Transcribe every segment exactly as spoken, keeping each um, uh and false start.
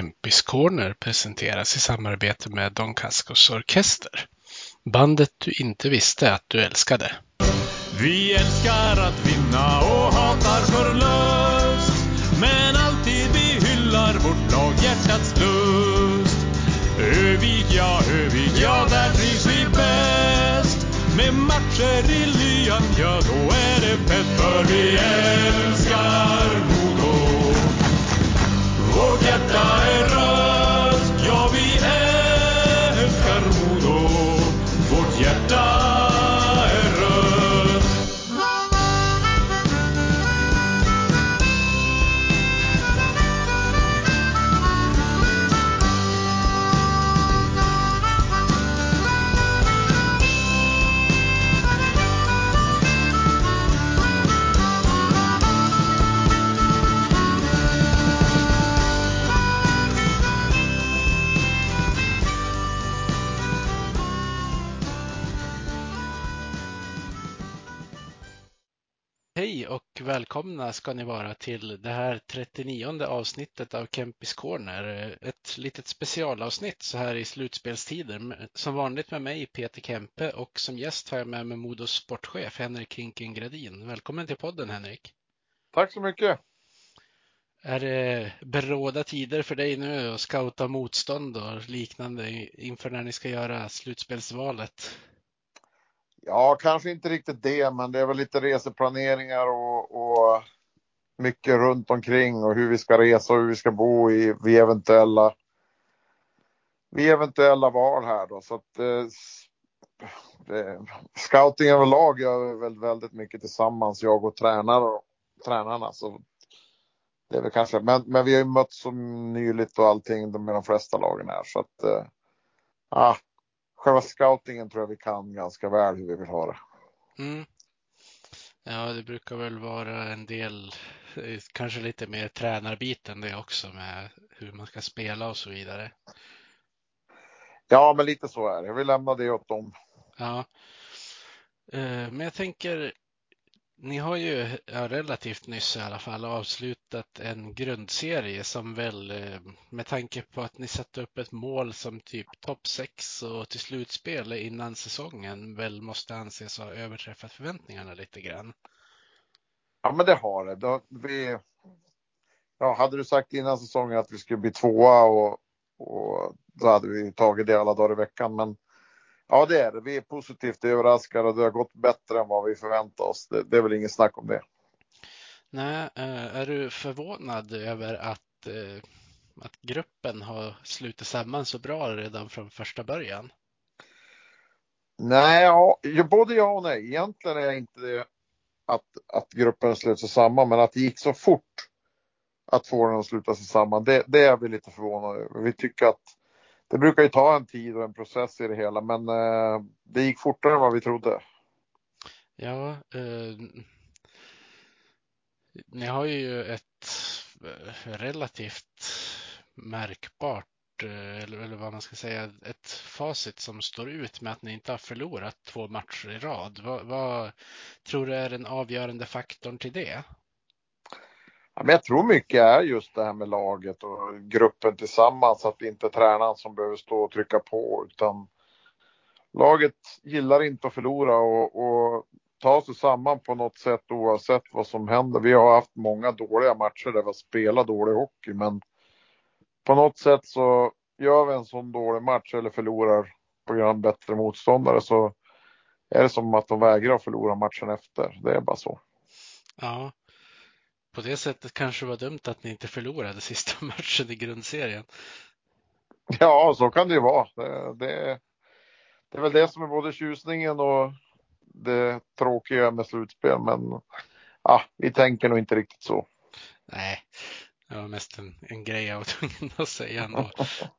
Kempis Corner presenteras i samarbete med Don Cascos Orkester. Bandet du inte visste att du älskade. Vi älskar att vinna och hatar förlust, men alltid vi hyllar vårt lag hjärtats lust. Övik, ja, Övik, ja, där trivs vi bäst. Med matcher i lyan, ja, då är det fett. För vi älskar Modo. Vårt hjärta är rött, ja, vi älskar Modo. Vårt hjärta är rött. Hej och välkomna ska ni vara till det här trettionionde avsnittet av Kempis Corner. Ett litet specialavsnitt så här i slutspelstider. Som vanligt med mig Peter Kempe och som gäst har jag med mig Modos sportchef Henrik Kinken Gradin. Välkommen till podden Henrik. Tack så mycket. Är det beråda tider för dig nu att scouta motstånd och liknande inför när ni ska göra slutspelsvalet? Ja, kanske inte riktigt det, men det är väl lite reseplaneringar och, och mycket runt omkring och hur vi ska resa och hur vi ska bo i vid eventuella, vid eventuella val här då. Så att eh, det, scouting överlag gör väl väldigt mycket tillsammans, jag och tränare och tränarna. Så det är väl kanske, men, men vi har ju mött så nyligt och allting med de flesta lagen här. Så att eh, ah, själva scoutingen tror jag vi kan ganska väl hur vi vill ha det. Mm. Ja, det brukar väl vara en del, kanske lite mer tränarbiten det också med hur man ska spela och så vidare. Ja, men lite så är det. Jag vill lämna det åt dem. Ja, men jag tänker, ni har ju ja, relativt nyss i alla fall avslutat en grundserie som väl med tanke på att ni satte upp ett mål som typ topp sex och till slutspel innan säsongen väl måste anses ha överträffat förväntningarna lite grann. Ja, men det har det. Då, vi, ja, hade du sagt innan säsongen att vi skulle bli tvåa och, och då hade vi tagit det alla dagar i veckan. Men ja, det är det. Vi är positivt överraskade och det har gått bättre än vad vi förväntade oss. Det, det är väl ingen snack om det. Nej, är du förvånad över att, att gruppen har slutit samman så bra redan från första början? Nej, ja, både ja och nej. Egentligen är jag inte det att, att gruppen slutar sig samman, men att det gick så fort att få den att sluta sig samman, det, det är vi lite förvånade över. Vi tycker att det brukar ju ta en tid och en process i det hela, men eh, det gick fortare än vad vi trodde. Ja, eh, ni har ju ett relativt märkbart, eller, eller vad man ska säga, ett facit som står ut med att ni inte har förlorat två matcher i rad. Vad, vad tror du är den avgörande faktorn till det? Ja, men jag tror mycket är just det här med laget och gruppen tillsammans, att det inte är tränaren som behöver stå och trycka på, utan laget gillar inte att förlora och, och ta sig samman på något sätt oavsett vad som händer. Vi har haft många dåliga matcher där vi har spelat dålig hockey, men på något sätt så gör vi en sån dålig match eller förlorar på grund av bättre motståndare, så är det som att de vägrar att förlora matchen efter. Det är bara så. Ja, på det sättet kanske det var dumt att ni inte förlorade sista matchen i grundserien. Ja, så kan det ju vara. Det, det, det är väl det som är både tjusningen och det tråkiga med slutspel, men ja, vi tänker nog inte riktigt så. Nej, det var mest en, en grej jag var tvungen att säga ändå.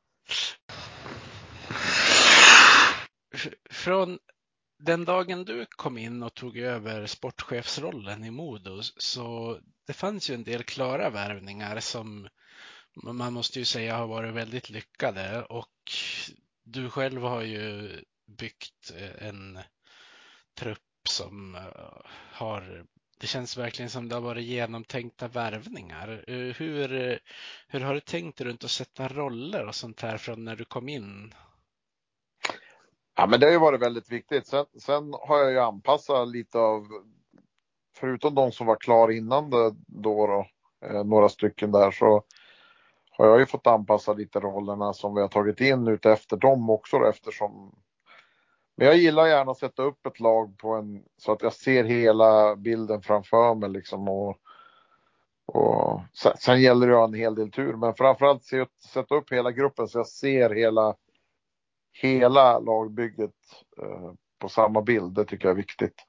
Från den dagen du kom in och tog över sportchefsrollen i Modo, så det fanns ju en del klara värvningar som man måste ju säga har varit väldigt lyckade, och du själv har ju byggt en trupp som har det känns verkligen som det har varit genomtänkta värvningar. Eh, Hur, eh, hur har du tänkt runt att sätta roller och sånt här från när du kom in? Ja, men det har ju varit väldigt viktigt. Sen, sen har jag ju anpassat lite av, förutom de som var klar innan det, då, då eh, några stycken där, så har jag ju fått anpassa lite rollerna som vi har tagit in ut efter dem också då, eftersom. Men jag gillar gärna att sätta upp ett lag på en, så att jag ser hela bilden framför mig liksom, och, och sen, sen gäller det ju en hel del tur, men framförallt se, sätta upp hela gruppen så jag ser hela hela lagbygget eh, på samma bild. Det tycker jag är viktigt.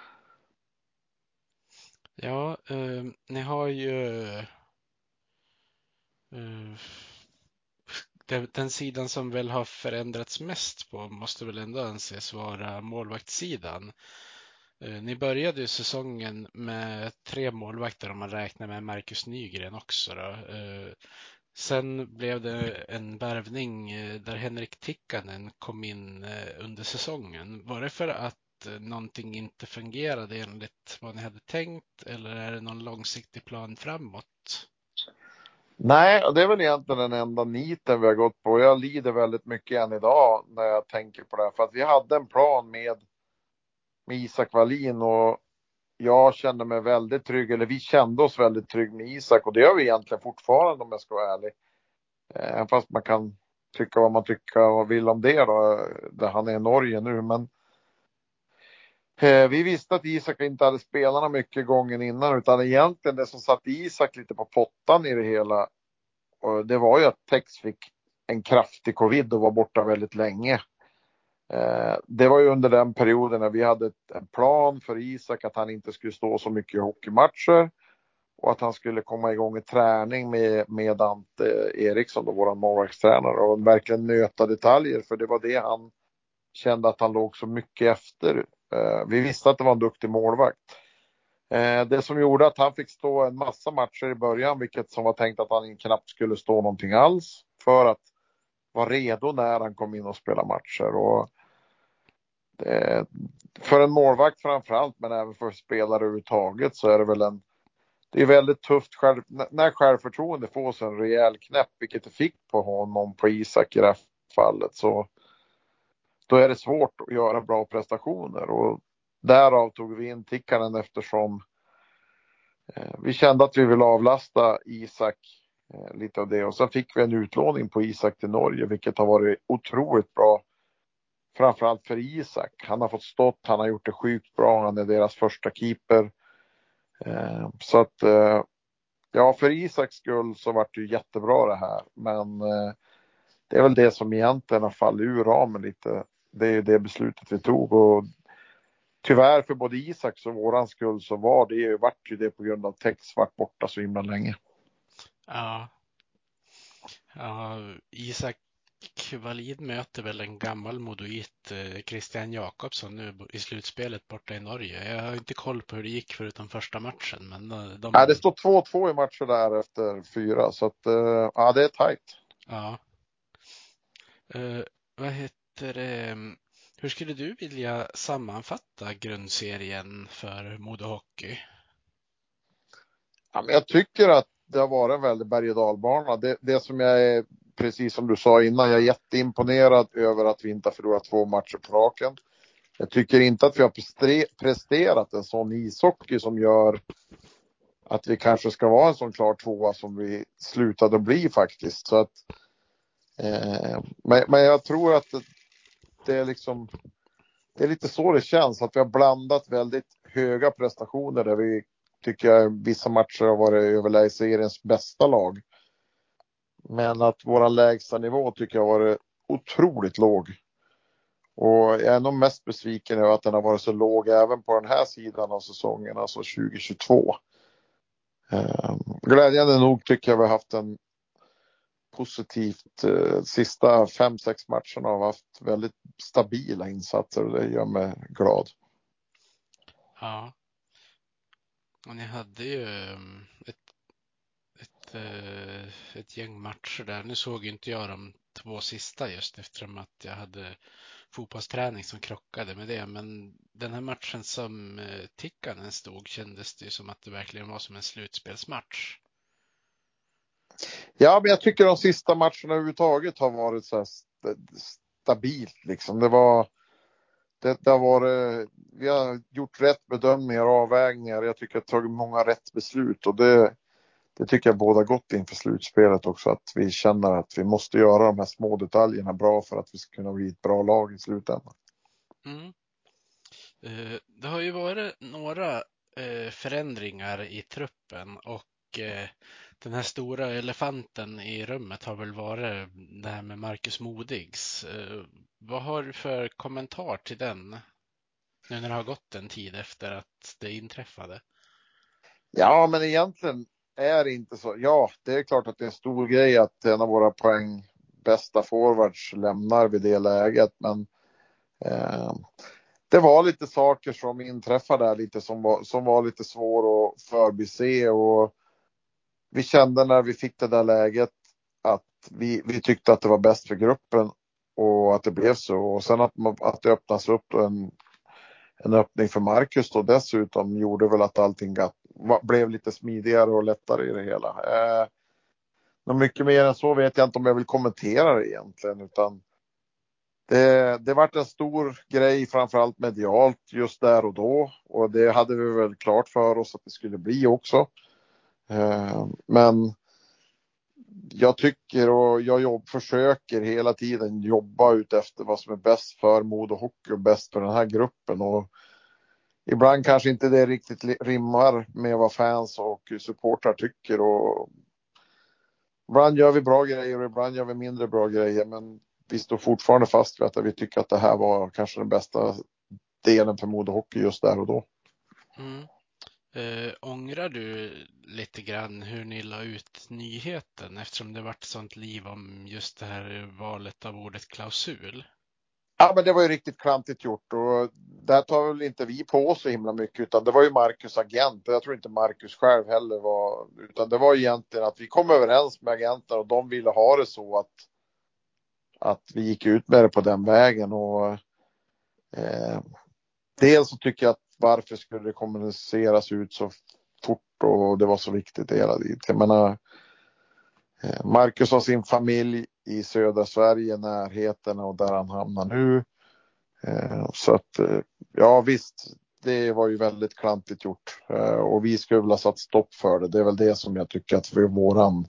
Ja, eh, ni har ju eh, den, den sidan som väl har förändrats mest på måste väl ändå anses vara målvaktssidan. Eh, Ni började ju säsongen med tre målvakter om man räknar med Marcus Nygren också då. Eh, Sen blev det en värvning eh, där Henrik Tikkanen kom in eh, under säsongen. Var det för att eh, någonting inte fungerade enligt vad ni hade tänkt, eller är det någon långsiktig plan framåt? Nej, det är väl egentligen den enda niten vi har gått på. Jag lider väldigt mycket än idag när jag tänker på det här. För att vi hade en plan med, med Isak Wallin och jag kände mig väldigt trygg. Eller vi kände oss väldigt trygg med Isak. Och det gör vi egentligen fortfarande om jag ska vara ärlig. Även fast man kan tycka vad man tycker och vill om det då. Där han är i Norge nu. Men eh, vi visste att Isak inte hade spelarna mycket gången innan. Utan egentligen det som satt Isak lite på pottan i det hela. Och det var ju att Tex fick en kraftig covid och var borta väldigt länge. Eh, det var ju under den perioden när vi hade en plan för Isak att han inte skulle stå så mycket i hockeymatcher. Och att han skulle komma igång i träning med, med Ante Eriksson, då, vår målvaktstränare. Och verkligen nöta detaljer, för det var det han kände att han låg så mycket efter. Eh, vi visste att det var en duktig målvakt. Eh, det som gjorde att han fick stå en massa matcher i början, vilket som var tänkt att han knappt skulle stå någonting alls, för att vara redo när han kom in och spela matcher. Och det, för en målvakt framförallt, men även för spelare överhuvudtaget, så är det väl en det är väldigt tufft själv, när självförtroende får sig en rejäl knäpp, vilket det fick på honom, på Isak i det här fallet, så då är det svårt att göra bra prestationer. Och därav tog vi in Tikkanen eftersom vi kände att vi ville avlasta Isak eh, lite av det. Och sen fick vi en utlåning på Isak till Norge, vilket har varit otroligt bra. Framförallt för Isak. Han har fått stått, han har gjort det sjukt bra. Han är deras första keeper. Eh, så att, eh, ja, för Isaks skull så var det ju jättebra det här. Men eh, det är väl det som egentligen har fallit ur ramen lite. Det är ju det beslutet vi tog. Och tyvärr för både Isaks och våran skull så var det ju, vart ju det på grund av Tex vart borta så himla länge. Ja, ja Isak Wallin möter väl en gammal modoit, eh, Christian Jakobsson, nu i slutspelet borta i Norge. Jag har inte koll på hur det gick förutom första matchen, men de... de... Ja, det står två två i matcher där efter fyra, så att uh, ja, det är tajt. Ja. Uh, vad heter det? Hur skulle du vilja sammanfatta grundserien för Modo Hockey? Ja, men jag tycker att det har varit en väldigt berg- och dalbana. Det, det som jag är, precis som du sa innan, jag är jätteimponerad över att vi inte har förlorat två matcher på raken. Jag tycker inte att vi har presterat en sån ishockey som gör att vi kanske ska vara en sån klar tvåa som vi slutade bli faktiskt. Så att, eh, men, men jag tror att det, det är liksom det är lite så det känns, att vi har blandat väldigt höga prestationer där vi tycker jag vissa matcher har varit överlägset seriens bästa lag. Men att våra lägsta nivå tycker jag har varit otroligt låg. Och jag är nog mest besviken över att den har varit så låg även på den här sidan av säsongen, alltså tjugo tjugotvå. Eh, glädjande nog tycker jag vi har haft en positivt eh, sista fem sex matcherna har haft väldigt stabila insatser och det gör mig glad. Ja, och ni hade ju ett, ett, ett gäng matcher där. Nu såg inte jag de två sista just eftersom att jag hade fotbollsträning som krockade med det. Men den här matchen som eh, Tikkanen stod kändes det ju som att det verkligen var som en slutspelsmatch. Ja, men jag tycker de sista matcherna överhuvudtaget har varit så här stabilt liksom. Det var det, det har varit, vi har gjort rätt bedömningar och avvägningar. Jag tycker att vi har tagit många rätt beslut och det, det tycker jag båda gott inför slutspelet också. Att vi känner att vi måste göra de här små detaljerna bra för att vi ska kunna bli ett bra lag i slutändan. Mm. Eh, det har ju varit några eh, förändringar i truppen och eh, den här stora elefanten i rummet har väl varit det här med Marcus Modigs. Eh, vad har du för kommentar till den? Nu när det har gått en tid efter att det inträffade. Ja, men egentligen är det inte så. Ja, det är klart att det är en stor grej att en av våra poäng bästa forwards lämnar vid det läget. Men eh, det var lite saker som inträffade där lite som var, som var lite svår att förbise. Och vi kände när vi fick det där läget att vi, vi tyckte att det var bäst för gruppen och att det blev så. Och sen att, att det öppnas upp en en öppning för Marcus då dessutom gjorde väl att allting gatt, blev lite smidigare och lättare i det hela. Eh, något mycket mer än så vet jag inte om jag vill kommentera det egentligen, utan det, det vart en stor grej framförallt medialt just där och då, och det hade vi väl klart för oss att det skulle bli också. Eh, men jag tycker och jag jobb, försöker hela tiden jobba ut efter vad som är bäst för Modo Hockey och bäst för den här gruppen, och ibland kanske inte det riktigt rimmar med vad fans och supportrar tycker, och ibland gör vi bra grejer och ibland gör vi mindre bra grejer, men vi står fortfarande fast vid att vi tycker att det här var kanske den bästa delen för Modo Hockey just där och då. Mm. Eh, ångrar du lite grann hur ni la ut nyheten eftersom det varit sånt liv om just det här valet av ordet klausul? Ja, men det var ju riktigt klantigt gjort, och där tar väl inte vi på så himla mycket, utan det var ju Marcus agent. Jag tror inte Marcus själv heller var, utan det var egentligen att vi kom överens med agenten och de ville ha det så att att vi gick ut med det på den vägen. Och eh, dels så tycker jag att varför skulle det kommuniceras ut så fort och det var så viktigt hela tiden. Jag menar, eh, Marcus har sin familj i södra Sverige, närheten och där han hamnar nu. Eh, så att eh, ja visst, det var ju väldigt klantigt gjort, eh, och vi skulle väl ha satt stopp för det. Det är väl det som jag tycker att för våran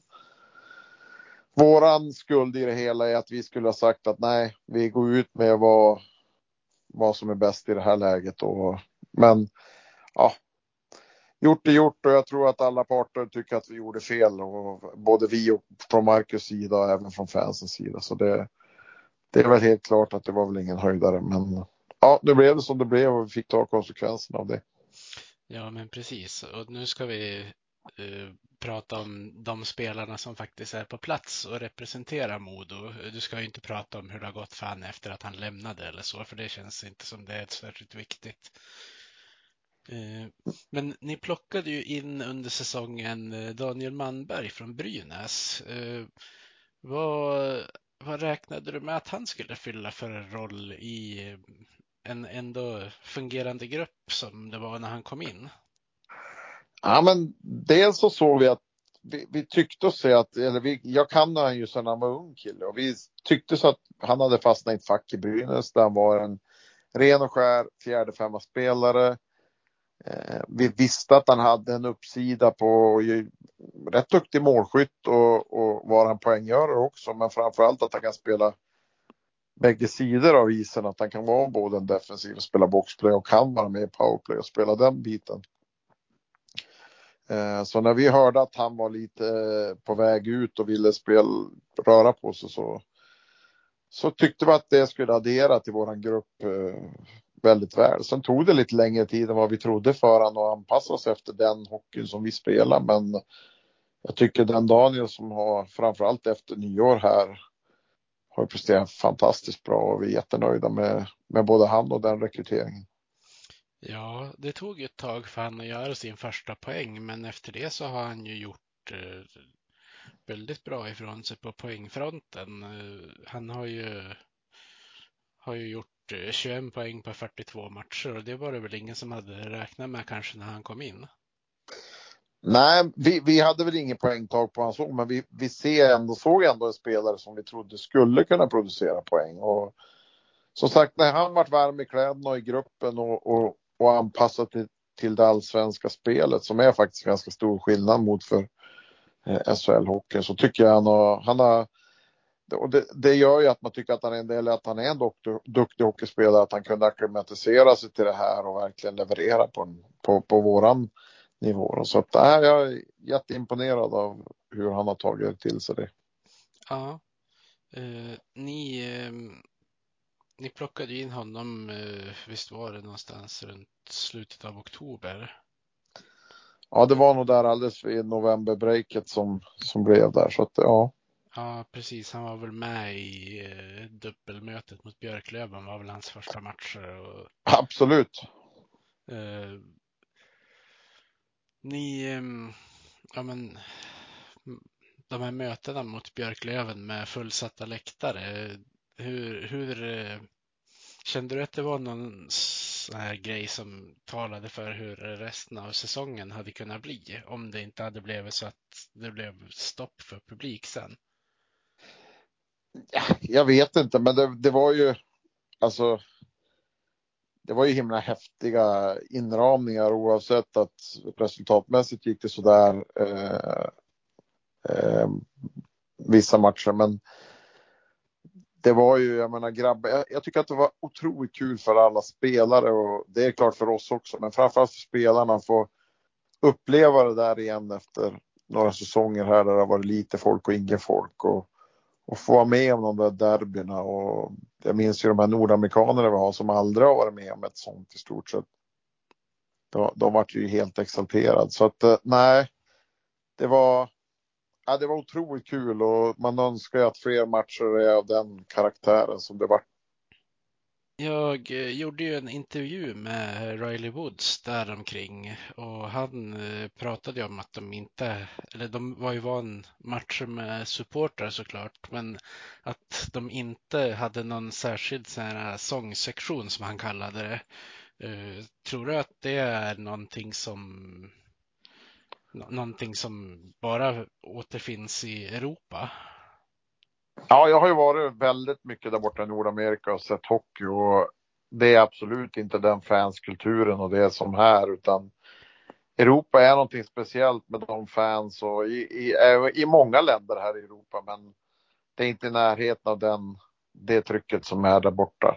våran skuld i det hela är att vi skulle ha sagt att nej, vi går ut med vad vad som är bäst i det här läget. Och, men ja, gjort är gjort, och jag tror att alla parter tycker att vi gjorde fel, och både vi och från Marcus sida och även från fansens sida. Så det, det är väl helt klart att det var väl ingen höjdare, men ja, det blev det som det blev och vi fick ta konsekvenserna av det. Ja, men precis. Och nu ska vi eh, prata om de spelarna som faktiskt är på plats och representerar Modo. Du ska ju inte prata om hur det har gått för han efter att han lämnade eller så, för det känns inte som det är särskilt viktigt. Eh, men ni plockade ju in under säsongen eh, Daniel Manberg från Brynäs. Eh, vad, vad räknade du med att han skulle fylla för en roll i eh, en ändå fungerande grupp som det var när han kom in? Ja, men dels så såg vi att vi, vi tyckte oss se att, eller vi, jag kan han ju sedan han var ung kille, och vi tyckte så att han hade fastnat i ett fack i Brynäs där han var en ren och skär fjärde femma spelare. Eh, vi visste att han hade en uppsida på ju, rätt duktig målskytt och, och var han poänggörare också, men framförallt att han kan spela bägge sidor av isen, att han kan vara både en defensiv och spela boxplay och kan vara med i powerplay och spela den biten. Eh, så när vi hörde att han var lite eh, på väg ut och ville spela, röra på sig, så så tyckte vi att det skulle addera till våran grupp eh, väldigt väl. Sen tog det lite längre tid än vad vi trodde för han att anpassa sig efter den hockeyn som vi spelar. Men jag tycker den Daniel som har, framförallt efter nyår här, har presterat fantastiskt bra, och vi är jättenöjda med, med både han och den rekryteringen. Ja, det tog ju ett tag för han att göra sin första poäng, men efter det så har han ju gjort eh, väldigt bra ifrån sig på poängfronten. Eh, han har ju har ju gjort eh, tjugoen poäng på fyrtiotvå matcher och det var det väl ingen som hade räknat med kanske när han kom in. Nej, vi, vi hade väl ingen poängtag på hans år, men vi, vi ser ändå, såg ändå en spelare som vi trodde skulle kunna producera poäng. Och som sagt, när han varit varm i kläderna och i gruppen och, och, och anpassat till, till det allsvenska spelet, som är faktiskt ganska stor skillnad mot för eh, S H L-hockeyn, så tycker jag han har, han har och det, det gör ju att man tycker att han är en del, att han är en duktig, duktig hockeyspelare, att han kunde acklimatisera sig till det här och verkligen leverera på, en, på, på våran nivå. Så att, äh, jag är jätteimponerad av hur han har tagit till sig det. Ja, eh, ni, eh, ni plockade in honom, eh, visst var det någonstans runt slutet av oktober? Ja, det var nog där alldeles vid novemberbreaket som, som blev där. Så att, ja. Ja, precis. Han var väl med i eh, dubbelmötet mot Björklöven, var väl hans första matcher. Och, Absolut. eh, ni, eh, ja men, de här mötena mot Björklöven med fullsatta läktare, hur, hur eh, kände du att det var någon sån här grej som talade för hur resten av säsongen hade kunnat bli om det inte hade blivit så att det blev stopp för publik sen? Ja, jag vet inte, men det, det var ju alltså det var ju himla häftiga inramningar oavsett att resultatmässigt gick det sådär eh, eh, vissa matcher. Men det var ju, jag menar grabbar, jag, jag tycker att det var otroligt kul för alla spelare och det är klart för oss också. Men framförallt för spelarna att få uppleva det där igen efter några säsonger här där det har varit lite folk och ingen folk. Och, och få vara med om de där derbyna. Och jag minns ju de här nordamerikanerna vi har som aldrig har varit med om ett sånt i stort sett. De, de var ju helt exalterade. Så att nej, det var, ja, det var otroligt kul och man önskar ju att fler matcher är av den karaktären som det var. Jag eh, gjorde ju en intervju med Riley Woods däromkring och han eh, pratade ju om att de inte, eller de var ju van matcher med supportrar såklart, men att de inte hade någon särskild sån här sångsektion som han kallade det. Eh, tror du att det är någonting som nå- någonting som bara återfinns i Europa? Ja, jag har ju varit väldigt mycket där borta i Nordamerika och sett hockey och det är absolut inte den fanskulturen och det är som här utan Europa är någonting speciellt med de fans och i, i, i många länder här i Europa, men det är inte i närheten av den, det trycket som är där borta.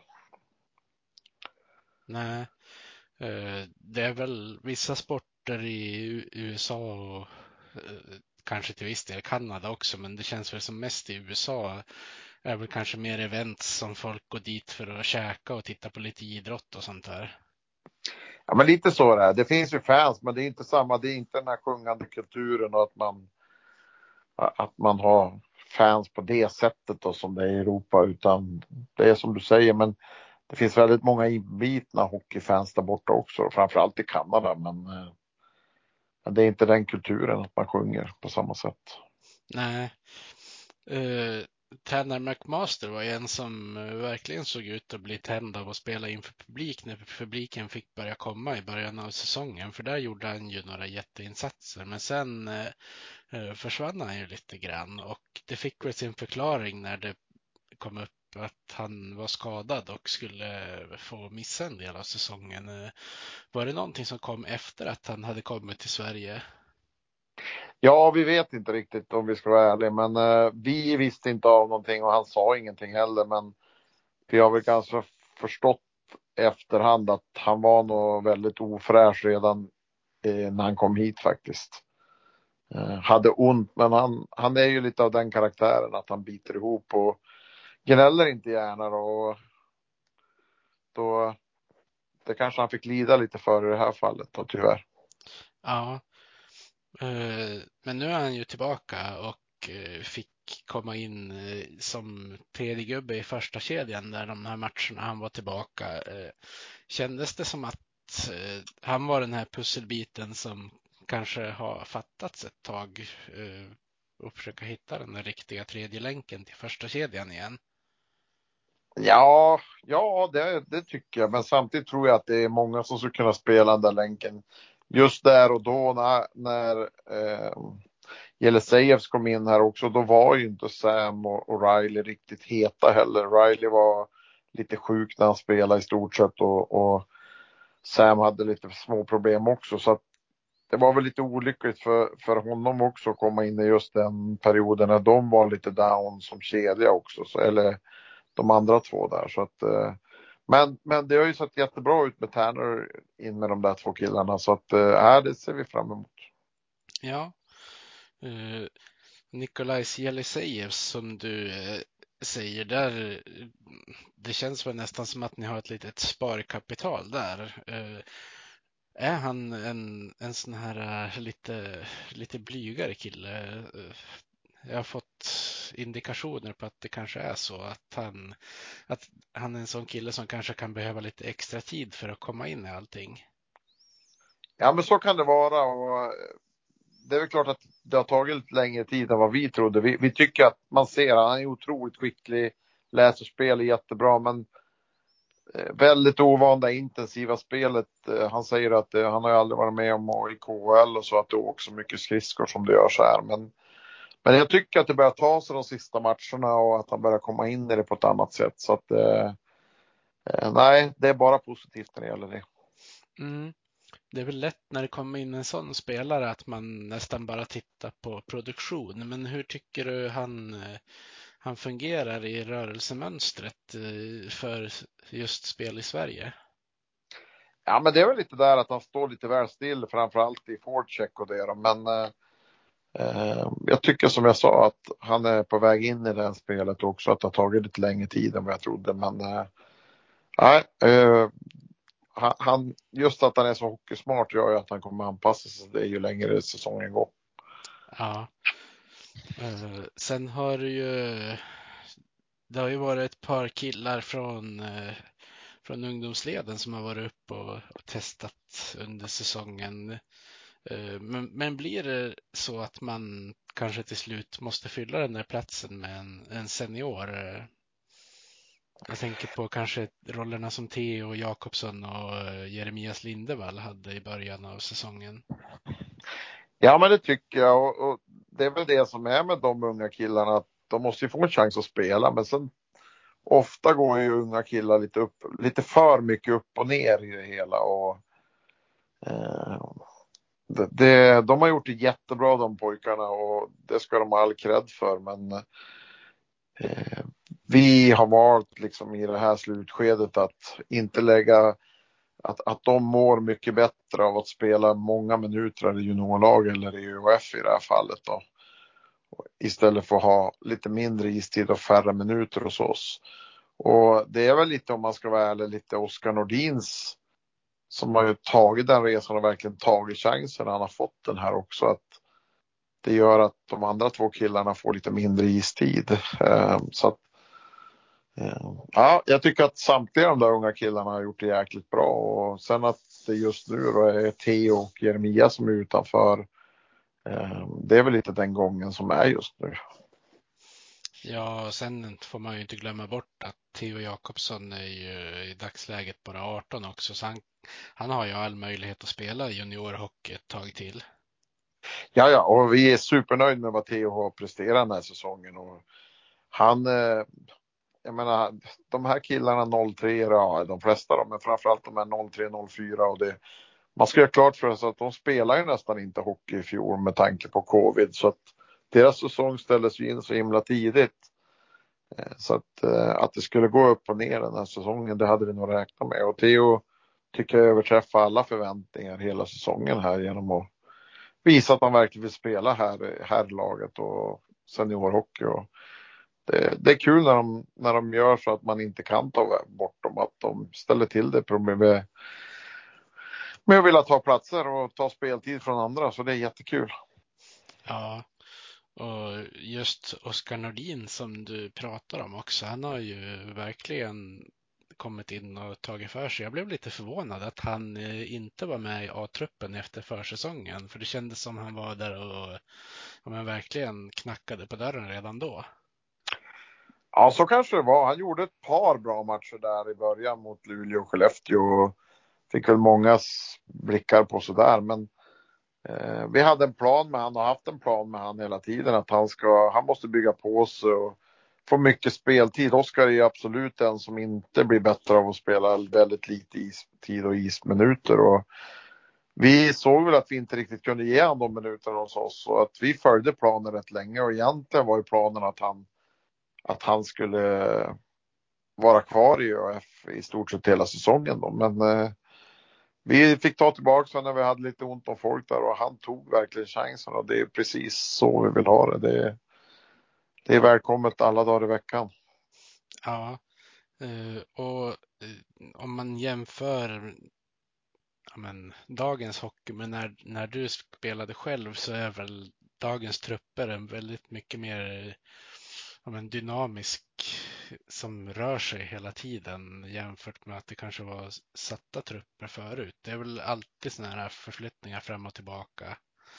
Nej. Eh, Det är väl vissa sporter i U- USA och eh, kanske till viss del Kanada också, men det känns väl som mest i U S A är väl kanske mer events som folk går dit för att käka och titta på lite idrott och sånt där. Ja, men lite så är det. Det finns ju fans, men det är inte samma, det är inte den här sjungande kulturen och att man, att man har fans på det sättet då, som det är i Europa, utan det är som du säger, men det finns väldigt många inbitna hockeyfans där borta också, framförallt i Kanada, men eh, det är inte den kulturen att man sjunger på samma sätt. Nej. Uh, Tanner McMaster var en som eh, verkligen såg ut att bli tänd av att spela inför publik när publiken fick börja komma i början av säsongen. För där gjorde han ju några jätteinsatser. Men sen eh, eh, försvann han ju lite grann. Och det fick väl sin förklaring när det kom upp att han var skadad och skulle få missa en del av säsongen. Eh, Var det någonting som kom efter att han hade kommit till Sverige? Ja, vi vet inte riktigt om vi ska vara ärliga, men eh, vi visste inte av någonting och han sa ingenting heller, men vi har väl kanske förstått efterhand att han var nog väldigt ofräsch redan eh, när han kom hit faktiskt. Eh, hade ont, men han, han är ju lite av den karaktären att han biter ihop och gnäller inte gärna och då det kanske han fick lida lite för i det här fallet då, tyvärr. Ja, eh, men nu är han ju tillbaka och eh, fick komma in eh, som tredje gubbe i första kedjan där de här matcherna han var tillbaka. Eh, Kändes det som att eh, han var den här pusselbiten som kanske har fattats ett tag eh, och försöka hitta den där riktiga tredje länken till första kedjan igen? Ja, ja det, det tycker jag. Men samtidigt tror jag att det är många som skulle kunna spela den där länken. Just där och då när, när eh, Jelisejevs kom in här också. Då var ju inte Sam och, och Riley riktigt heta heller. Riley var lite sjuk när han spelade i stort sett. Och, och Sam hade lite små problem också. Så att det var väl lite olyckligt för, för honom också att komma in i just den perioden när de var lite down som kedja också. Så, eller de andra två där. Så att, eh, men, men det har ju sett jättebra ut med Tanner in med de där två killarna. Så att eh, det ser vi fram emot. Ja, eh, Nikolajs Jelisejevs som du eh, säger där, eh, det känns väl nästan som att ni har ett litet sparkapital där. Eh, är han en, en sån här eh, lite, lite blygare kille? Eh, Jag har fått indikationer på att det kanske är så att han, att han är en sån kille som kanske kan behöva lite extra tid för att komma in i allting. Ja, men så kan det vara. Och eh, det är väl klart att det har tagit lite längre tid än vad vi trodde. Vi, vi tycker att man ser att han är otroligt skicklig, läser spel jättebra, men eh, väldigt ovanda intensiva spelet. Eh, han säger att eh, han har aldrig varit med om i K H L och så att det åker så mycket skridskor som det gör så här. Men, men jag tycker att det börjar ta sig de sista matcherna och att han börjar komma in i det på ett annat sätt. Så att eh, eh, nej, det är bara positivt när det gäller det. Mm. Det är väl lätt när det kommer in en sån spelare att man nästan bara tittar på produktion. Men hur tycker du han, eh, han fungerar i rörelsemönstret eh, för just spel i Sverige? Ja, men det är väl lite där att han står lite väl still, framförallt i forecheck och det. Då. Men eh, eh, jag tycker som jag sa att han är på väg in i det här spelet också. Att det har tagit lite längre tid än vad jag trodde. Men eh, nej, eh, han, han, just att han är så hockeysmart gör ju att han kommer anpassa sig. Det är ju längre säsongen går. Ja. Eh, sen har det ju, det har ju varit ett par killar från, eh, från ungdomsleden som har varit upp och, och testat under säsongen. Eh, Men, men blir det så att man kanske till slut måste fylla den där platsen med en, en senior? eh, Jag tänker på kanske rollerna som Theo Jakobsson och eh, Jeremias Lindevall hade i början av säsongen. Ja, men det tycker jag. Och, och det är väl det som är med de unga killarna. Att de måste ju få en chans att spela. Men sen ofta går ju unga killar lite upp, lite för mycket upp och ner i det hela. Och eh, det, det, de har gjort det jättebra de pojkarna och det ska de ha all cred för. Men eh, vi har valt liksom i det här slutskedet att inte lägga att, att de mår mycket bättre av att spela många minuter i juniorlag eller i U H F i det här fallet då. Istället för att ha lite mindre istid och färre minuter hos oss. Och det är väl lite, om man ska vara ärlig, lite Oskar Nordins som har ju tagit den resan och verkligen tagit chansen. Han har fått den här också. Att det gör att de andra två killarna får lite mindre istid. Så att, ja, jag tycker att samtliga de där unga killarna har gjort det jäkligt bra. Och sen att det just nu då är Theo och Jeremia som är utanför. Det är väl lite den gången som är just nu. Ja, sen får man ju inte glömma bort att Theo Jakobsson är ju i dagsläget bara arton också, så han, han har ju all möjlighet att spela juniorhockey ett tag till. Ja, ja, och vi är supernöjda med vad Theo har presterat den här säsongen. Och han, eh, jag menar, de här killarna noll tre, ja, de flesta de, men framförallt de här noll tre noll fyra och det, man ska göra klart för sig att de spelar ju nästan inte hockey i fjol med tanke på covid, så att deras säsong ställdes ju in så himla tidigt. Så att, att det skulle gå upp och ner den här säsongen, det hade vi nog räknat med. Och Theo tycker jag överträffar alla förväntningar hela säsongen här genom att visa att han verkligen vill spela här, här laget och seniorhockey. Och det, det är kul när de, när de gör så att man inte kan ta bort dem, att de ställer till det problem med, med att vilja ta platser och ta speltid från andra, så det är jättekul. Ja, och just Oskar Nordin som du pratar om också, han har ju verkligen kommit in och tagit för sig. Jag blev lite förvånad att han eh, inte var med i A-truppen efter försäsongen, för det kändes som han var där och ja, men verkligen knackade på dörren redan då. Ja, så kanske det var. Han gjorde ett par bra matcher där i början mot Luleå och Skellefteå. Och fick väl många blickar på sådär. Men eh, vi hade en plan med han och haft en plan med han hela tiden. Att han, ska, han måste bygga på sig och få mycket speltid. Oskar är absolut den som inte blir bättre av att spela väldigt lite istid och isminuter. Och vi såg väl att vi inte riktigt kunde ge honom de minuterna hos oss. Så att vi följde planen rätt länge. Och egentligen var ju planen att han, att han skulle vara kvar i ÖF i stort sett hela säsongen då. Men eh, vi fick ta tillbaka så när vi hade lite ont om folk där och han tog verkligen chansen och det är precis så vi vill ha det. Det är, det är välkommet alla dagar i veckan. Ja, eh, och eh, om man jämför ja, men, dagens hockey med när, när du spelade själv så är väl dagens trupper en väldigt mycket mer ja, men, dynamisk som rör sig hela tiden jämfört med att det kanske var satta trupper förut. Det är väl alltid sådana här förflyttningar fram och tillbaka.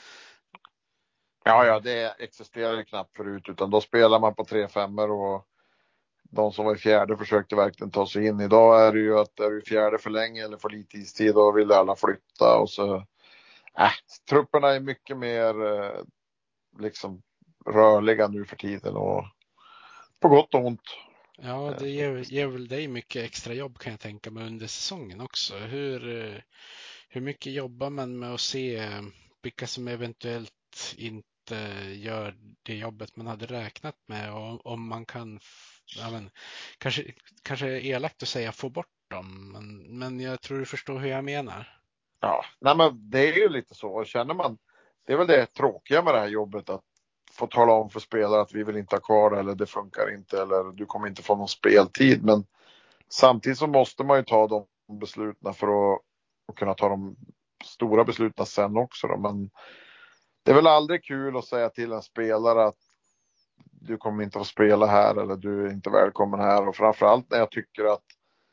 Ja, ja, det existerar ju knappt förut utan då spelar man på tre femmor och de som var i fjärde försökte verkligen ta sig in. Idag är det ju att är du fjärde för länge eller för lite istid då vill alla flytta och så äh, trupperna är mycket mer eh, liksom rörliga nu för tiden och på gott och ont. Ja, det ger, ger väl dig mycket extra jobb kan jag tänka mig under säsongen också. Hur, eh, hur mycket jobbar man med att se vilka som eventuellt inte gör det jobbet man hade räknat med och om man kan, ja men, kanske, kanske är elakt att säga få bort dem, men, men jag tror du förstår hur jag menar. Ja, nej men det är ju lite så. Känner man, det är väl det tråkiga med det här jobbet att få tala om för spelare att vi vill inte ha kvar det eller det funkar inte eller du kommer inte få någon speltid. Men samtidigt så måste man ju ta de besluten för att, att kunna ta de stora besluten sen också. Då. Men det är väl aldrig kul att säga till en spelare att du kommer inte få spela här eller du är inte välkommen här. Och framförallt när jag tycker att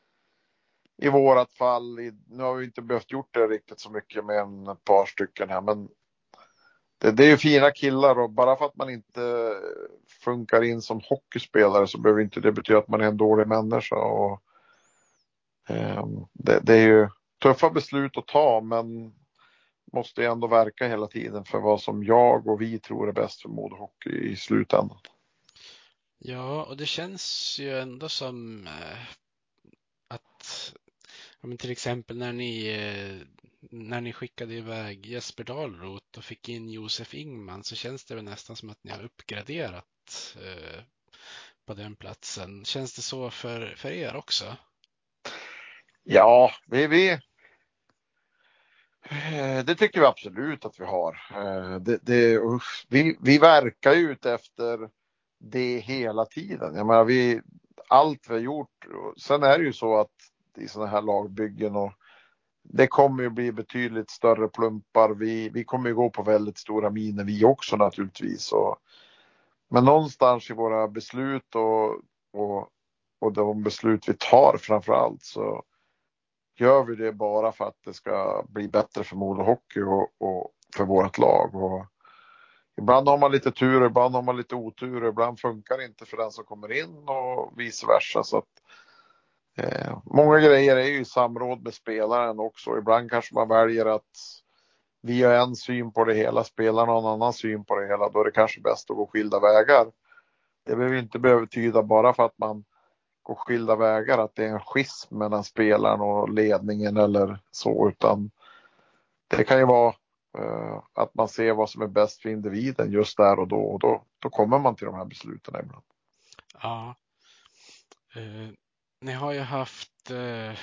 i vårat fall, nu har vi inte behövt gjort det riktigt så mycket med en ett par stycken här, men det, det är ju fina killar och bara för att man inte funkar in som hockeyspelare så behöver inte det betyda att man är en dålig människa. Och, eh, det, det är ju tuffa beslut att ta, men måste ju ändå verka hela tiden för vad som jag och vi tror är bäst för Modo Hockey i slutändan. Ja, och det känns ju ändå som eh, att ja, men till exempel när ni, eh, när ni skickade iväg Jesper Dahlroth och fick in Josef Ingman så känns det väl nästan som att ni har uppgraderat eh, på den platsen. Känns det så för, för er också? Ja, vi, vi, eh, det tycker vi absolut att vi har. Eh, Det, det, usch, vi, vi verkar ju ut efter det hela tiden. Jag menar, vi, allt vi har gjort. Sen är det ju så att i sådana här lagbyggen och det kommer ju bli betydligt större plumpar. Vi, vi kommer ju gå på väldigt stora miner vi också naturligtvis. Och, men någonstans i våra beslut och, och, och de beslut vi tar framför allt så gör vi det bara för att det ska bli bättre för Modo Hockey och, och för vårt lag. Och ibland har man lite tur, ibland har man lite otur, ibland funkar det inte för den som kommer in och vice versa. Så att, eh, många grejer är ju i samråd med spelaren också. Ibland kanske man väljer att vi har en syn på det hela, spelarna har en annan syn på det hela. Då är det kanske bäst att gå skilda vägar. Det behöver inte behöva tyda bara för att man går skilda vägar att det är en schism mellan spelaren och ledningen eller så, utan det kan ju vara uh, att man ser vad som är bäst för individen just där och då och då, då kommer man till de här besluten ibland. Ja. Eh, ni har ju haft eh,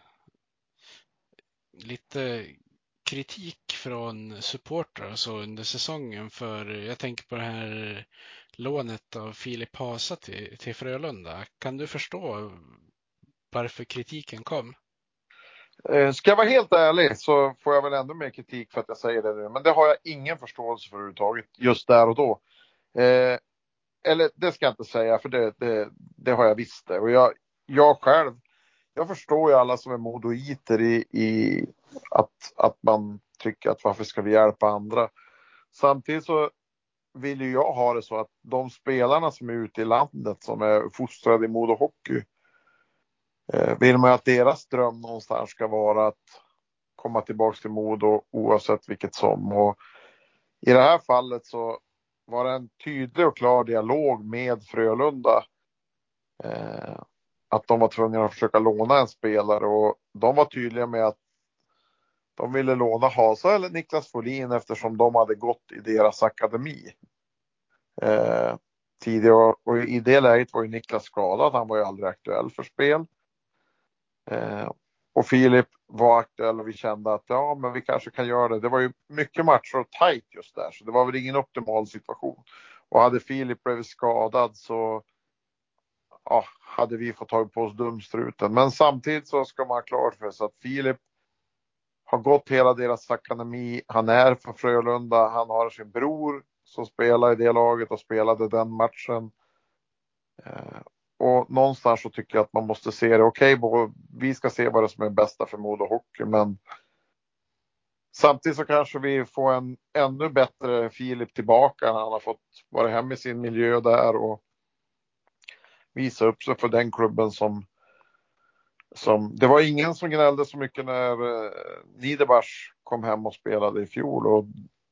lite kritik från supportrar och så under säsongen för jag tänker på det här lånet av Filip Hasa till, till Frölunda. Kan du förstå varför kritiken kom? Uh, ska jag vara helt ärlig så får jag väl ändå mer kritik för att jag säger det nu, men det har jag ingen förståelse för överhuvudtaget just där och då. Uh, eller det ska jag inte säga för det, det, det har jag visst det. Och jag, jag själv, jag förstår ju alla som är modoiter i, i att, att man tycker att varför ska vi hjälpa andra. Samtidigt så vill ju jag ha det så att de spelarna som är ute i landet som är fostrade i Modo Hockey, eh, vill man att deras dröm någonstans ska vara att komma tillbaka till Modo oavsett vilket som. Och i det här fallet så var det en tydlig och klar dialog med Frölunda. Eh, att de var tvungna att försöka låna en spelare, och de var tydliga med att de ville låna Hasa eller Niklas Folin eftersom de hade gått i deras akademi eh, tidigare. Och i det läget var ju Niklas skadad, han var ju aldrig aktuell för spel. Eh, och Filip var aktuell och vi kände att ja, men vi kanske kan göra det. Det var ju mycket matcher och tajt just där, så det var väl ingen optimal situation. Och hade Filip blivit skadad så ja, hade vi fått ta på oss dumstruten. Men samtidigt så ska man ha klart för sig att Filip har gått hela deras akademi. Han är från Frölunda. Han har sin bror som spelar i det laget och spelade den matchen. Eh, och någonstans så tycker jag att man måste se det. Okej, okay, vi ska se vad det som är bästa för Modo Hockey, men samtidigt så kanske vi får en ännu bättre Filip tillbaka när han har fått vara hem i sin miljö där och visa upp sig för den klubben som Som, det var ingen som gnällde så mycket när eh, Niederbach kom hem och spelade i fjol. Och,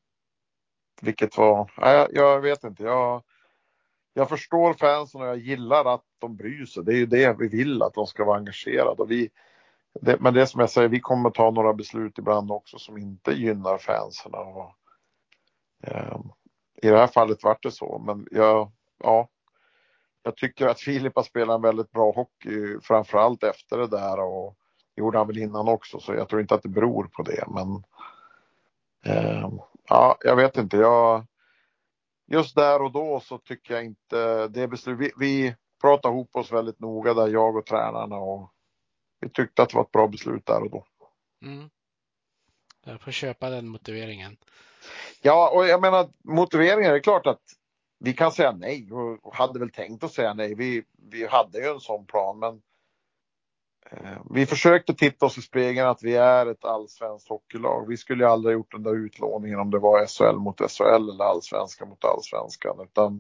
vilket var, nej, jag vet inte. Jag, jag förstår fansen och jag gillar att de bryr sig. Det är ju det vi vill, att de ska vara engagerade. Och vi, det, men det som jag säger, vi kommer ta några beslut ibland också som inte gynnar fansen. Och, eh, i det här fallet var det så. Men jag, ja, jag tycker att Filip har spelat en väldigt bra hockey, framförallt efter det där, och gjorde han väl innan också, så jag tror inte att det beror på det. Men eh, ja, jag vet inte. Jag, just där och då så tycker jag inte det beslut. Vi, vi pratade ihop oss väldigt noga där, jag och tränarna, och vi tyckte att det var ett bra beslut där och då. Mm. Jag får köpa den motiveringen. Ja, och jag menar motiveringen, är klart att vi kan säga nej, och hade väl tänkt att säga nej. Vi, vi hade ju en sån plan, men eh, vi försökte titta oss i spegeln att vi är ett allsvenskt hockeylag. Vi skulle ju aldrig ha gjort den där utlåningen om det var S H L mot S H L eller allsvenska mot allsvenskan, utan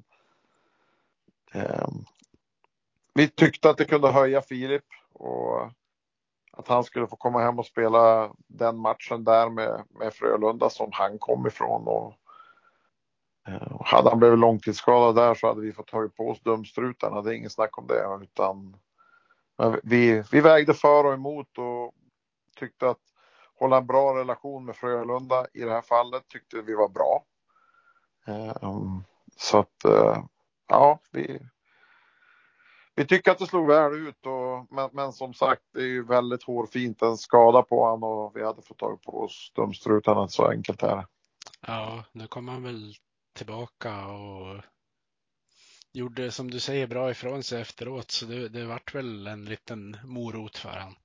eh, vi tyckte att det kunde höja Filip och att han skulle få komma hem och spela den matchen där med, med Frölunda som han kom ifrån. Och eh, hade han blivit långtidsskadad där så hade vi fått ta på oss dumstrutarna. Det är ingen snack om det, utan men vi, vi vägde för och emot och tyckte att hålla en bra relation med Frölunda i det här fallet tyckte vi var bra. Um, så att uh, ja, vi, vi tycker att det slog väl ut. Och, men, men som sagt, det är ju väldigt hårfint, en skada på honom, och vi hade fått ta på oss dumstrutarna, så enkelt är det. Ja, nu kommer han väl tillbaka och gjorde, som du säger, bra ifrån sig efteråt. Så det, det vart väl en liten morot för han.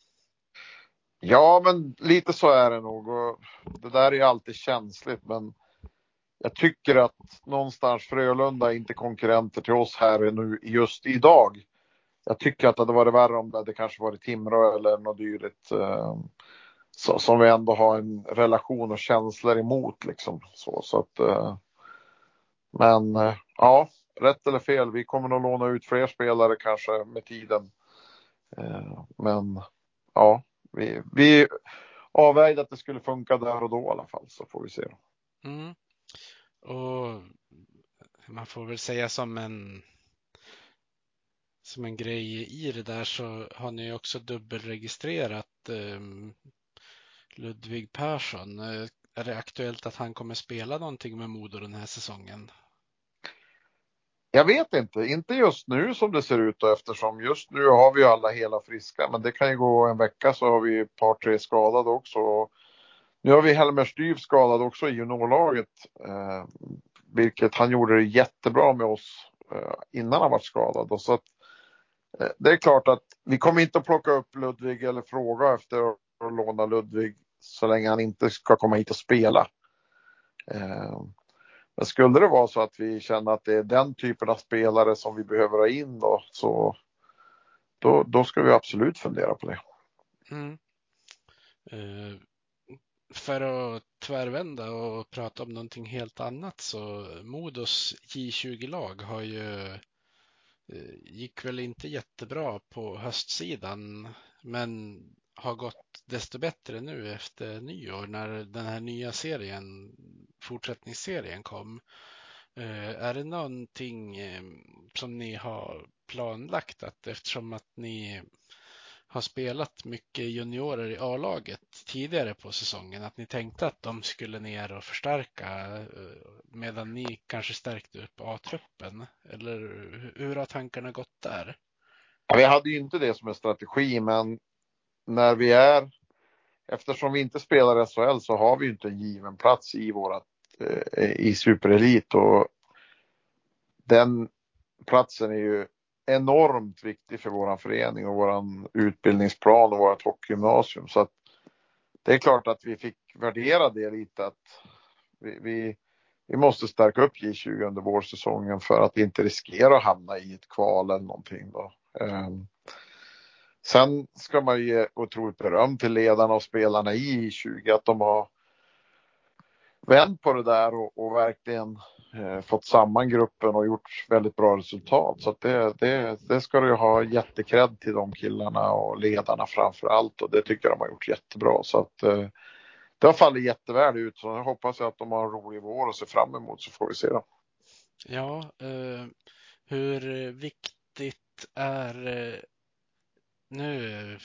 Ja, men lite så är det nog. Och det där är ju alltid känsligt, men jag tycker att någonstans Frölunda är inte konkurrenter till oss här nu just idag. Jag tycker att det hade varit värre om det hade kanske varit Timrå eller något dyrt. Eh, så, som vi ändå har en relation och känslor emot liksom. Så, så att, eh, men eh, ja, rätt eller fel. Vi kommer nog låna ut fler spelare kanske med tiden. Eh, men ja, vi, vi avvägde att det skulle funka där och då i alla fall, så får vi se. Mm. Och man får väl säga som en som en grej i det där, så har ni också dubbelregistrerat eh, Ludvig Persson. Eh, är det aktuellt att han kommer spela någonting med Modo den här säsongen? Jag vet inte, inte just nu som det ser ut då, eftersom just nu har vi alla hela friska, men det kan ju gå en vecka så har vi ett par tre skadade också. Nu har vi Helmer Styv skadad också i juniorlaget, eh, vilket han gjorde det jättebra med oss eh, innan han var skadad. Och så att, eh, det är klart att vi kommer inte att plocka upp Ludvig eller fråga efter att låna Ludvig så länge han inte ska komma hit och spela. Eh, Men skulle det vara så att vi känner att det är den typen av spelare som vi behöver ha in då, så då, då ska vi absolut fundera på det. Mm. Uh, för att tvärvända och prata om någonting helt annat, så Modos J tjugo-lag har ju gick väl inte jättebra på höstsidan, men har gått desto bättre nu efter nyår när den här nya serien, fortsättningsserien kom. Är det någonting som ni har planlagt, att eftersom att ni har spelat mycket juniorer i A-laget tidigare på säsongen, att ni tänkte att de skulle ner och förstärka medan ni kanske stärkte upp A-truppen? Eller hur har tankarna gått där? Ja, vi hade ju inte det som en strategi, men när vi är, eftersom vi inte spelar S H L så har vi ju inte en given plats i vårat eh, i superelit, och den platsen är ju enormt viktig för våran förening och våran utbildningsplan och vårt hockeygymnasium. Så att det är klart att vi fick värdera det lite, att vi, vi, vi måste stärka upp J tjugo under vårsäsongen för att inte riskera att hamna i ett kval eller någonting då. Um, sen ska man ju ge otroligt beröm till ledarna och spelarna i J tjugo, att de har vänt på det där och, och verkligen eh, fått samman gruppen och gjort väldigt bra resultat. Så att det, det, det ska du ha jättekredd till de killarna och ledarna framför allt, och det tycker jag de har gjort jättebra. Så att eh, det har fallit jätteväl ut, så jag hoppas att de har en rolig vår och ser fram emot, så får vi se då. Ja, eh, hur viktigt är eh, nu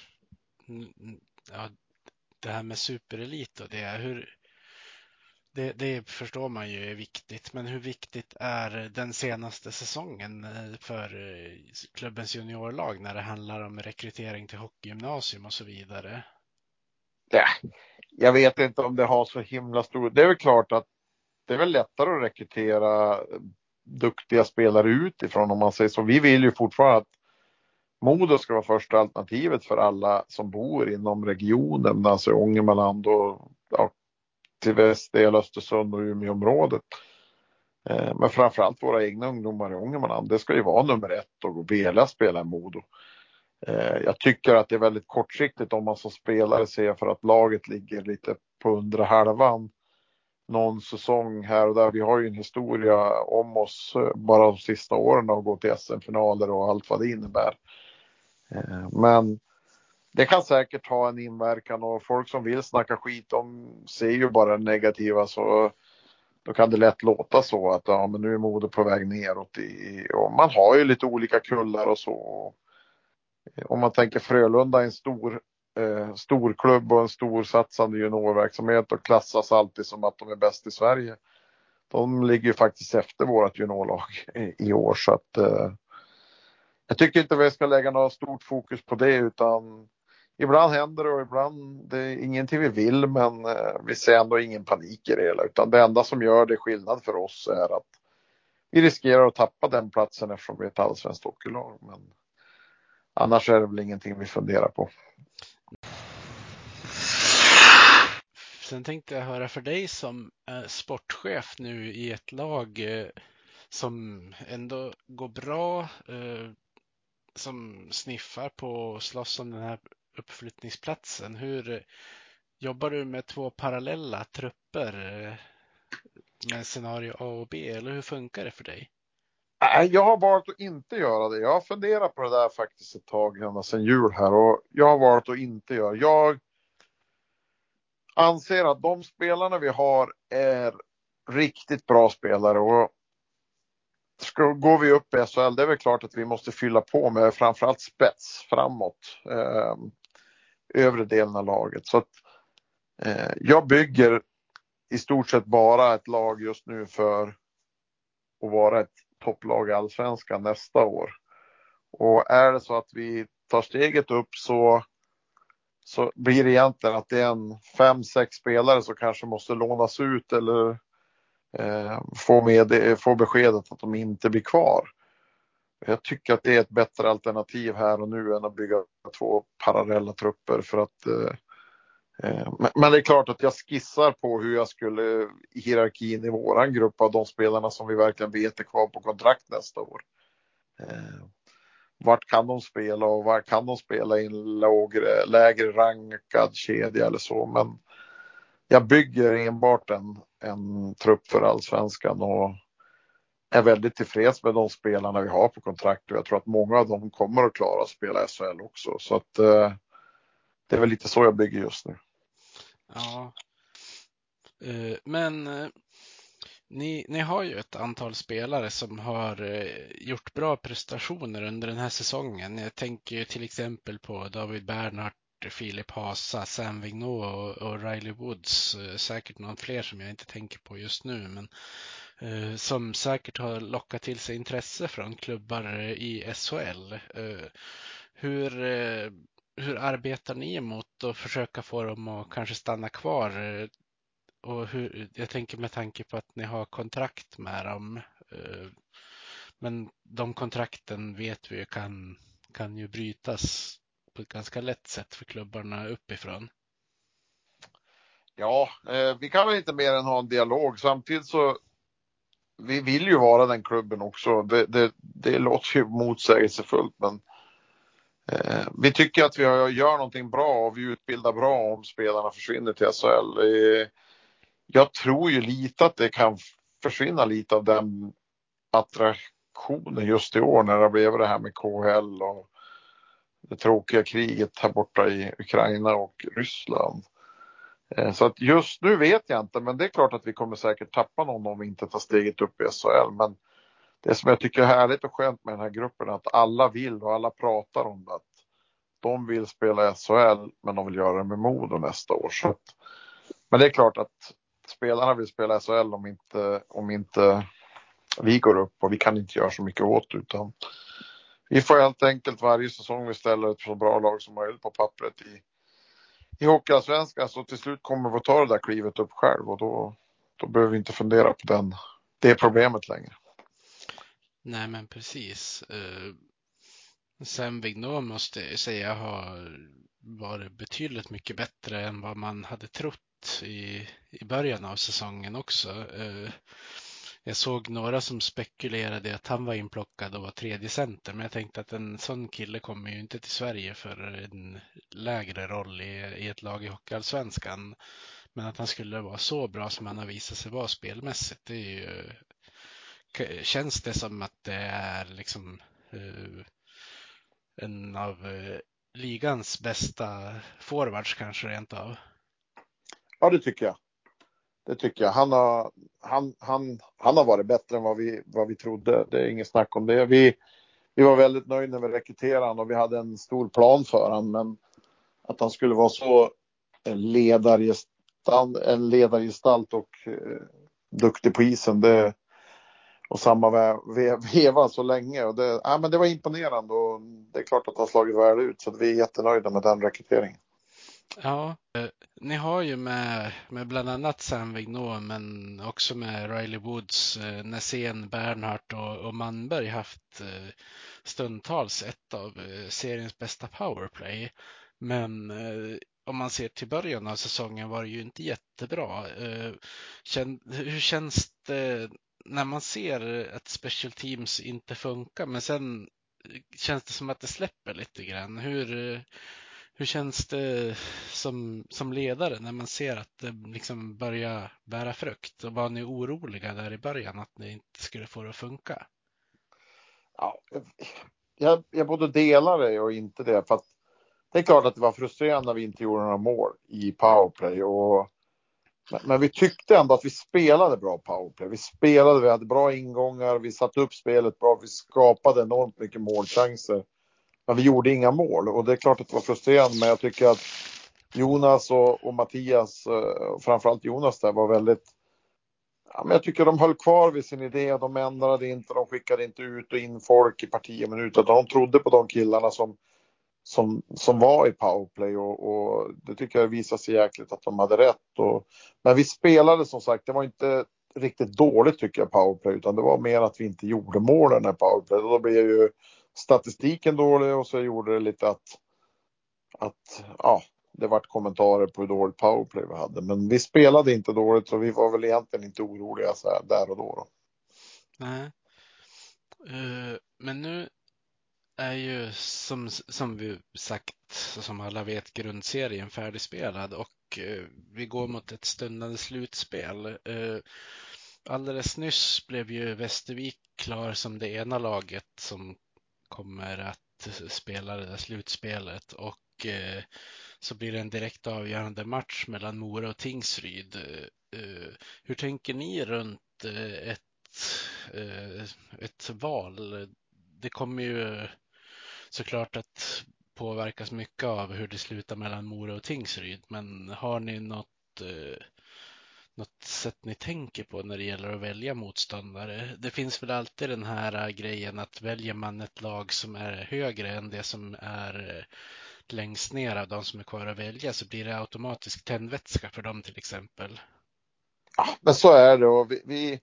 ja, det här med superelit och det, hur Det, det förstår man ju är viktigt, men hur viktigt är den senaste säsongen för klubbens juniorlag när det handlar om rekrytering till hockeygymnasium och så vidare? Ja, jag vet inte om det har så himla stor. Det är väl klart att det är väl lättare att rekrytera duktiga spelare utifrån, om man säger så. Vi vill ju fortfarande att Modo ska vara första alternativet för alla som bor inom regionen, alltså Ångermanland och ja, till västdel, Östersund och Umeåområdet. Eh, men framförallt våra egna ungdomar i Ångermanland, det ska ju vara nummer ett och vilja spela i Modo. Eh, jag tycker att det är väldigt kortsiktigt om man som spelare ser för att laget ligger lite på undre halvan någon säsong här och där. Vi har ju en historia om oss bara de sista åren och gå till S M-finaler och allt vad det innebär. Eh, men det kan säkert ha en inverkan, och folk som vill snacka skit, de ser ju bara det negativa, så då kan det lätt låta så att ja, men nu är Modo på väg neråt i, och man har ju lite olika kullar och så. Om man tänker Frölunda är en stor eh, stor klubb och en stor satsande juniorverksamhet och klassas alltid som att de är bäst i Sverige. De ligger ju faktiskt efter vårt juniorlag i, i år, så att eh, jag tycker inte vi ska lägga något stort fokus på det, utan ibland händer det och ibland det är ingenting vi vill, men eh, vi ser ändå ingen panik i det hela, utan det enda som gör det skillnad för oss är att vi riskerar att tappa den platsen eftersom vi är ett allsvenskt hockeylag, men annars är det väl ingenting vi funderar på. Sen tänkte jag höra, för dig som sportchef nu i ett lag som ändå går bra, som sniffar på att slåss om den här uppflyttningsplatsen. Hur jobbar du med två parallella trupper med scenario A och B, eller hur funkar det för dig? Jag har valt att inte göra det. Jag har funderat på det där faktiskt ett tag ända sedan jul här, och jag har valt att inte göra. Jag anser att de spelarna vi har är riktigt bra spelare, och ska, går vi upp i S H L, det är väl klart att vi måste fylla på med framförallt spets framåt, eh, övre delen av laget. Så att eh, jag bygger i stort sett bara ett lag just nu för att vara ett topplag i Allsvenskan nästa år. Och är det så att vi tar steget upp, så så blir det egentligen att det är en fem, sex spelare som kanske måste lånas ut eller eh, få, med, få beskedet att de inte blir kvar. Jag tycker att det är ett bättre alternativ här och nu än att bygga två parallella trupper, för att eh, men, men det är klart att jag skissar på hur jag skulle i hierarkin i våran grupp av de spelarna som vi verkligen vet är kvar på kontrakt nästa år. Eh, vart kan de spela och var kan de spela i en lågre, lägre rankad kedja eller så, men jag bygger enbart en, en trupp för allsvenskan och är väldigt tillfreds med de spelarna vi har på kontrakt, och jag tror att många av dem kommer att klara att spela S H L också. Så att eh, det är väl lite så jag bygger just nu. Ja, eh, men eh, ni, ni har ju ett antal spelare som har eh, gjort bra prestationer under den här säsongen. Jag tänker ju till exempel på David Bernhardt, Filip Hasa, Sam Vigneault och, och Riley Woods. Eh, säkert någon fler som jag inte tänker på just nu, men eh, som säkert har lockat till sig intresse från klubbar eh, i S H L. Eh, hur, eh, hur arbetar ni mot att försöka få dem att kanske stanna kvar? Eh, och hur, jag tänker med tanke på att ni har kontrakt med dem. Eh, men de kontrakten vet vi ju kan, kan ju brytas på ett ganska lätt sätt för klubbarna uppifrån. Ja, eh, vi kan väl inte mer än ha en dialog. Samtidigt så vi vill ju vara den klubben också. Det, det, det låter ju motsägelsefullt, men eh, vi tycker att vi gör någonting bra och vi utbildar bra om spelarna försvinner till S H L. Eh, jag tror ju lite att det kan försvinna lite av den attraktionen just i år när det blev det här med K H L och det tråkiga kriget här borta i Ukraina och Ryssland. Så att just nu vet jag inte, men det är klart att vi kommer säkert tappa någon om vi inte tar steget upp i S H L. Men det som jag tycker är härligt och skönt med den här gruppen är att alla vill och alla pratar om det. Att de vill spela S H L, men de vill göra det med Modo nästa år. Så att, men det är klart att spelarna vill spela S H L om inte, om inte vi går upp, och vi kan inte göra så mycket åt, utan vi får helt enkelt varje säsong vi ställer ett så bra lag som möjligt på pappret i i Hockeyallsvenskan, så till slut kommer vi att ta det där klivet upp själv, och då, då behöver vi inte fundera på den, det problemet längre. Nej, men precis. Uh, Sam Vigneault måste jag säga har varit betydligt mycket bättre än vad man hade trott i, i början av säsongen också. Uh, jag såg några som spekulerade att han var inplockad och var tredje center, men jag tänkte att en sån kille kommer ju inte till Sverige för en lägre roll i, i ett lag i Hockeyallsvenskan. Men att han skulle vara så bra som han har visat sig vara spelmässigt, det är ju, känns det som att det är liksom uh, en av uh, ligans bästa forwards kanske rent av. Ja, det tycker jag. Det tycker jag. Han har, han, han, han har varit bättre än vad vi, vad vi trodde. Det är inget snack om det. Vi, vi var väldigt nöjda när vi rekryterade honom och vi hade en stor plan för honom. Men att han skulle vara så ledargestalt, en ledargestalt och eh, duktig på isen, det och samma ve- veva så länge. Och det, ja, men det var imponerande, och det är klart att det har slagit väl ut, så att vi är jättenöjda med den rekryteringen. Ja, eh, ni har ju med, med bland annat Sam Vigneault, men också med Riley Woods, eh, Nässén, Bernhardt och, och Manberg haft eh, stundtals ett av eh, seriens bästa powerplay. Men eh, om man ser till början av säsongen var det ju inte jättebra. Eh, känn, hur känns det när man ser att special teams inte funkar, men sen känns det som att det släpper lite grann? Hur, eh, hur känns det som, som ledare när man ser att det liksom börjar bära frukt? Och var ni oroliga där i början att ni inte skulle få det att funka? Ja, jag, jag både delar det och inte det. För att det är klart att det var frustrerande när vi inte gjorde några mål i powerplay. Och, men, men vi tyckte ändå att vi spelade bra powerplay. Vi spelade, vi hade bra ingångar, vi satte upp spelet bra, vi skapade enormt mycket målchanser. Men vi gjorde inga mål, och det är klart att det var frustrerande, men jag tycker att Jonas och, och Mattias, och framförallt Jonas där, var väldigt, ja, men jag tycker de höll kvar vid sin idé, de ändrade inte, de skickade inte ut och in folk i parti och minuter, de trodde på de killarna som, som, som var i powerplay, och, och det tycker jag visar sig jäkligt att de hade rätt. Och, men vi spelade som sagt, det var inte riktigt dåligt tycker jag powerplay, utan det var mer att vi inte gjorde målen när powerplay, och då blev ju statistiken dålig, och så gjorde det lite att att ja, det vart kommentarer på hur dåligt powerplay vi hade. Men vi spelade inte dåligt, så vi var väl egentligen inte oroliga så här, där och då. då. Nej. Uh, men nu är ju som, som vi sagt så som alla vet, grundserien färdigspelad och eh, vi går mot ett stundande slutspel. Eh, alldeles nyss blev ju Västervik klar som det ena laget som kommer att spela det där slutspelet och eh, så blir det en direkt avgörande match mellan Mora och Tingsryd. Eh, hur tänker ni runt eh, ett, eh, ett val? Det kommer ju såklart att påverkas mycket av hur det slutar mellan Mora och Tingsryd, men har ni något eh, något sätt ni tänker på när det gäller att välja motståndare? Det finns väl alltid den här grejen att väljer man ett lag som är högre än det som är längst ner av de som är kvar att välja, så blir det automatiskt tändvätska för dem till exempel. Ja, men så är det, och vi, vi,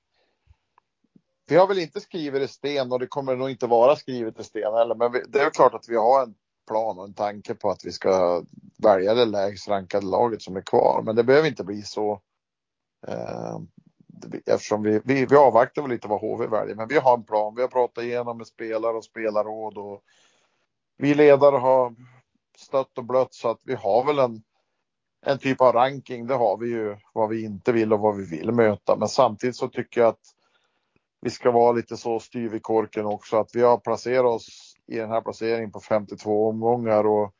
vi har väl inte skrivit i sten, och det kommer nog inte vara skrivet i sten heller, men vi, det är klart att vi har en plan och en tanke på att vi ska välja det lägst rankade laget som är kvar, men det behöver inte bli så. Eh, eftersom vi, vi, vi avvaktar väl lite vad H V väljer, men vi har en plan, vi har pratat igenom med spelare och spelarråd, och vi ledare har stött och blött, så att vi har väl en, en typ av ranking. Det har vi ju, vad vi inte vill och vad vi vill möta, men samtidigt så tycker jag att vi ska vara lite så styv i korken också, att vi har placerat oss i den här placeringen på femtiotvå omgångar, och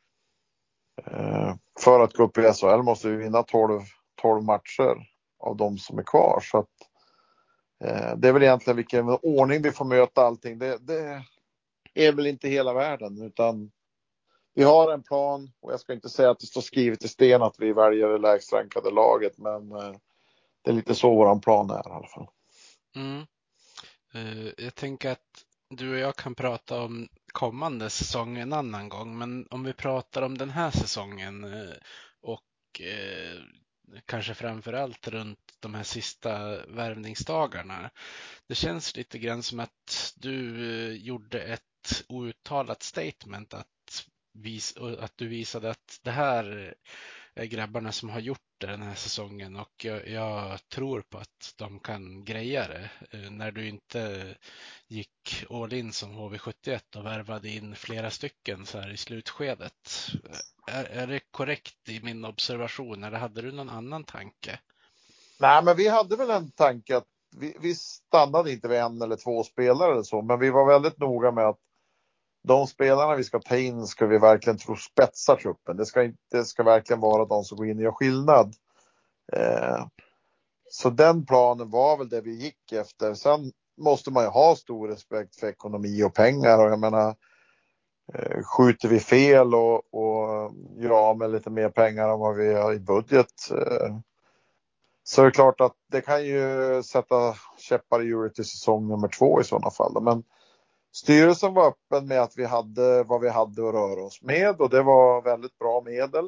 eh, för att gå upp i S H L måste vi vinna tolv, tolv matcher av de som är kvar, så att eh, det är väl egentligen vilken ordning vi får möta allting, det, det är väl inte hela världen, utan vi har en plan, och jag ska inte säga att det står skrivet i sten att vi väljer det lägst rankade laget, men eh, det är lite så våran plan är i alla fall. Mm. Uh, jag tänker att du och jag kan prata om kommande säsong en annan gång, men om vi pratar om den här säsongen uh, och uh, kanske framförallt runt de här sista värvningsdagarna. Det känns lite grann som att du uh, gjorde ett outtalat statement, att, vis- att du visade att det här är grabbarna som har gjort det den här säsongen, och jag, jag tror på att de kan greja det. Eh, när du inte gick all in som H V sjuttioett och värvade in flera stycken så här i slutskedet. Är, är det korrekt i min observation, eller hade du någon annan tanke? Nej, men vi hade väl en tanke att vi, vi stannade inte vid en eller två spelare eller så, men vi var väldigt noga med att de spelarna vi ska ta in ska vi verkligen tro spetsar truppen. Det ska, inte, det ska verkligen vara de som går in och gör skillnad. Eh, så den planen var väl det vi gick efter. Sen måste man ju ha stor respekt för ekonomi och pengar, och jag menar, eh, skjuter vi fel och, och gör av med lite mer pengar än vad vi har i budget, eh, så är det klart att det kan ju sätta käppar i hjulet till säsong nummer två i sådana fall. Men styrelsen var öppen med att vi hade vad vi hade att röra oss med, och det var väldigt bra medel.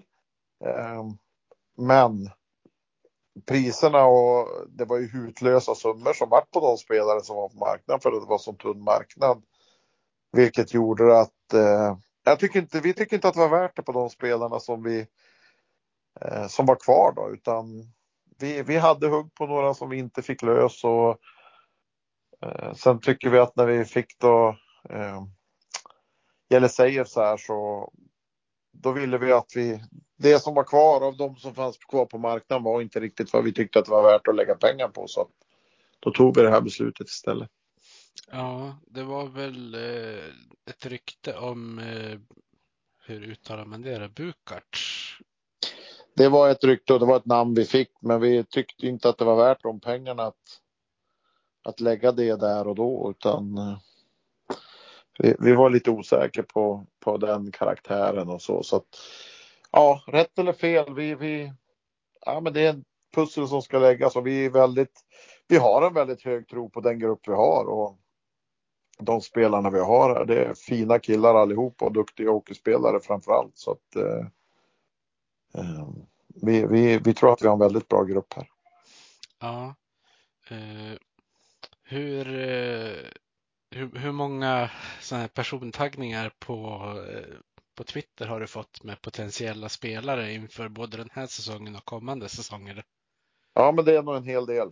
Men priserna, och det var ju hutlösa summor som var på de spelare som var på marknaden, för det var så tunn marknad. Vilket gjorde att eh, jag tycker inte, vi tycker inte att det var värt det på de spelarna som vi eh, som var kvar då, utan vi, vi hade hugg på några som vi inte fick lös, och eh, sen tycker vi att när vi fick då eh, gäller säger så här, så då ville vi att vi, det som var kvar av de som fanns kvar på marknaden var inte riktigt vad vi tyckte att det var värt att lägga pengar på, så då tog vi det här beslutet istället. Ja, det var väl eh, ett rykte om, eh, hur uttalar man det då? Bukarts. Det var ett rykte och det var ett namn vi fick, men vi tyckte inte att det var värt de pengarna att, att lägga det där och då, utan eh, vi, vi var lite osäkra på, på den karaktären och så. Så att, ja, rätt eller fel, vi, vi, ja, men det är en pussel som ska läggas, och vi är väldigt, vi har en väldigt hög tro på den grupp vi har, och de spelarna vi har här, det är fina killar allihop och duktiga hockeyspelare framförallt, så att eh, eh, vi, vi, vi tror att vi har en väldigt bra grupp här. Ja. Eh, hur, eh, hur, hur många såna här persontaggningar på, eh, på Twitter har du fått med potentiella spelare inför både den här säsongen och kommande säsonger? Ja, men det är nog en hel del.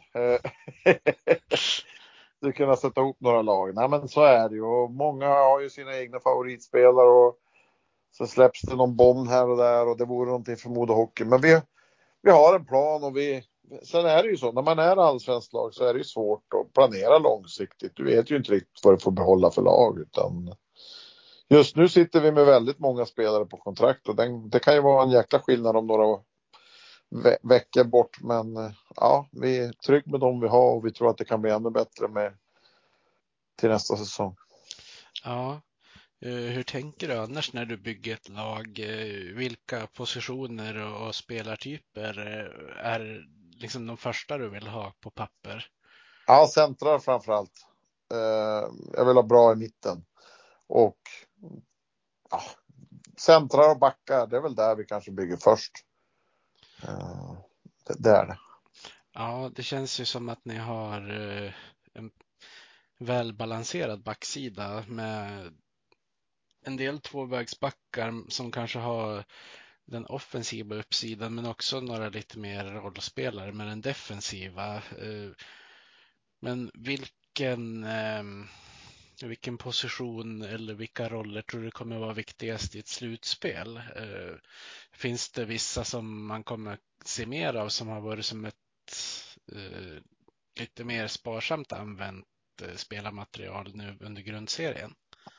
Du kunna sätta ihop några lag. Nej, men så är det ju. Och många har ju sina egna favoritspelare, och så släpps det någon bomb här och där och det vore någonting för Modo Hockey. Men vi, vi har en plan och vi, sen är det ju så, när man är allsvensk lag så är det ju svårt att planera långsiktigt. Du vet ju inte riktigt vad du får behålla för lag, utan just nu sitter vi med väldigt många spelare på kontrakt och den, det kan ju vara en jäkla skillnad om några ve- veckor bort. Men ja, vi är trygg med dem vi har och vi tror att det kan bli ännu bättre med till nästa säsong. Ja, eh, hur tänker du annars när du bygger ett lag? Eh, Vilka positioner och, och spelartyper eh, är liksom de första du vill ha på papper? Ja, centrar framförallt. Eh, jag vill ha bra i mitten. Och ja, centrar och backar, det är väl där vi kanske bygger först. Eh, det, det är det. Ja, det känns ju som att ni har eh, en välbalanserad backsida med en del tvåvägsbackar som kanske har den offensiva uppsidan, men också några lite mer rollspelare med den defensiva. Eh, Men vilken, ehm, vilken position eller vilka roller tror du kommer vara viktigast i ett slutspel? Eh, Finns det vissa som man kommer se mer av som har varit som ett eh, lite mer sparsamt använt eh, spelarmaterial nu under grundserien?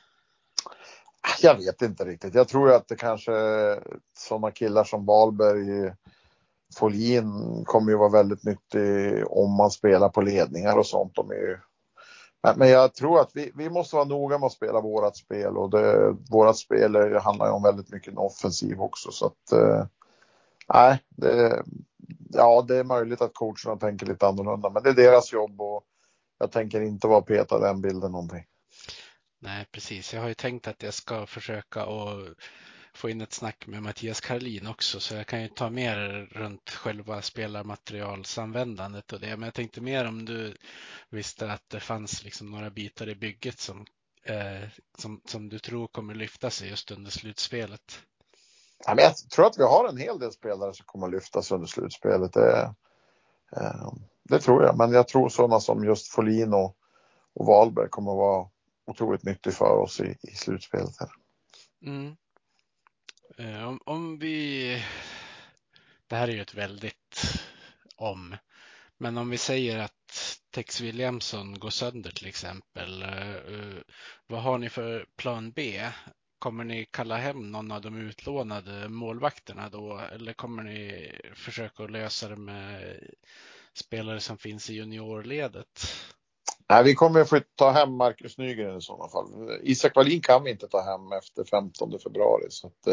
Jag vet inte riktigt. Jag tror att det kanske sådana killar som Wahlberg, Folin kommer ju vara väldigt nyttig om man spelar på ledningar och sånt. De är ju... men, men jag tror att vi, vi måste vara noga med att spela vårat spel och det, vårat spel handlar ju om väldigt mycket offensiv också. Så att eh, nej, det, ja, det är möjligt att coacherna tänker lite annorlunda, men det är deras jobb och jag tänker inte vara petad den bilden någonting. Nej, precis. Jag har ju tänkt att jag ska försöka att få in ett snack med Mattias Karlin också, så jag kan ju ta mer runt själva spelarmaterialsanvändandet och det. Men jag tänkte mer om du visste att det fanns liksom några bitar i bygget som, eh, som, som du tror kommer lyfta sig just under slutspelet. Ja, men jag tror att vi har en hel del spelare som kommer att lyftas under slutspelet. Det, eh, det tror jag, men jag tror sådana som just Folin och, och Wahlberg kommer att vara otroligt nyttig för oss i, i slutspelet här. Mm. Eh, om, om vi... Det här är ju ett väldigt om. Men om vi säger att Tex Williamson går sönder till exempel. eh, vad har ni för plan B? Kommer ni kalla hem någon av de utlånade målvakterna då? Eller kommer ni försöka att lösa det med spelare som finns i juniorledet? Nej, vi kommer att få ta hem Marcus Nygren i sådana fall. Isak Wallin kan vi inte ta hem efter femtonde februari. Så att,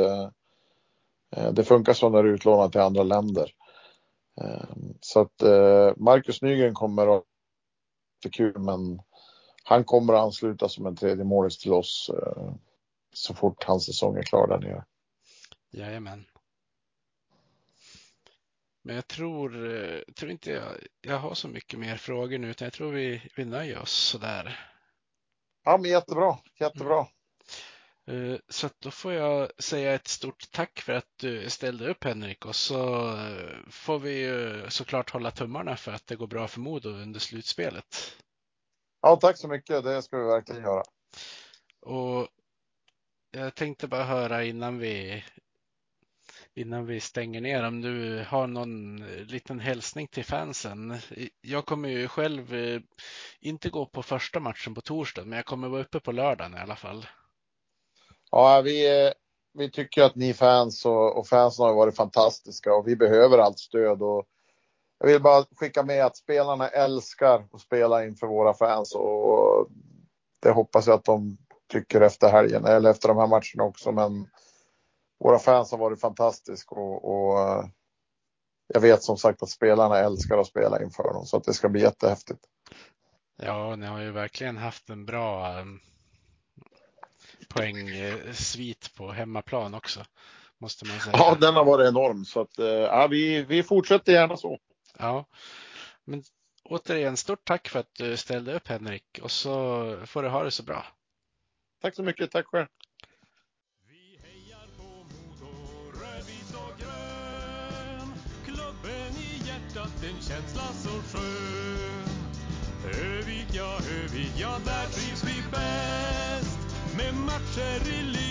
eh, det funkar så när det är utlånat till andra länder. Eh, så att eh, Marcus Nygren kommer att det är kul, men han kommer att ansluta som en tredje målis till oss eh, så fort hans säsong är klar där nere. Jajamän. Men jag tror, eh, tror inte jag, jag har så mycket mer frågor nu, utan jag tror vi, vi nöjer oss sådär. Ja, men jättebra, jättebra. Eh, Så att då får jag säga ett stort tack för att du ställde upp, Henrik, och så eh, får vi ju såklart hålla tummarna för att det går bra för Modo under slutspelet. Ja, tack så mycket, det ska vi verkligen göra. Och jag tänkte bara höra innan vi innan vi stänger ner om du har någon liten hälsning till fansen. Jag kommer ju själv eh, inte gå på första matchen på torsdag, men jag kommer vara uppe på lördagen i alla fall. Ja, vi, eh, vi tycker att ni fans och, och fansen har varit fantastiska och vi behöver allt stöd. Och jag vill bara skicka med att spelarna älskar att spela inför våra fans och det hoppas jag att de tycker efter helgen eller efter de här matcherna också. Men våra fans har varit fantastiska och, och jag vet som sagt att spelarna älskar att spela inför dem, så att det ska bli jättehäftigt. Ja, ni har ju verkligen haft en bra um, poängsvit på hemmaplan också, måste man säga. Ja, den har varit enorm, så att ja, vi, vi fortsätter gärna så. Ja, men återigen stort tack för att du ställde upp, Henrik, och så får du ha det så bra. Tack så mycket, tack själv. Vi hejar på Modo, rödvit och grön. Klubben i hjärtat, en känsla så skön. Övik, ja, Övik, ja, där trivs vi bäst. Med matcher i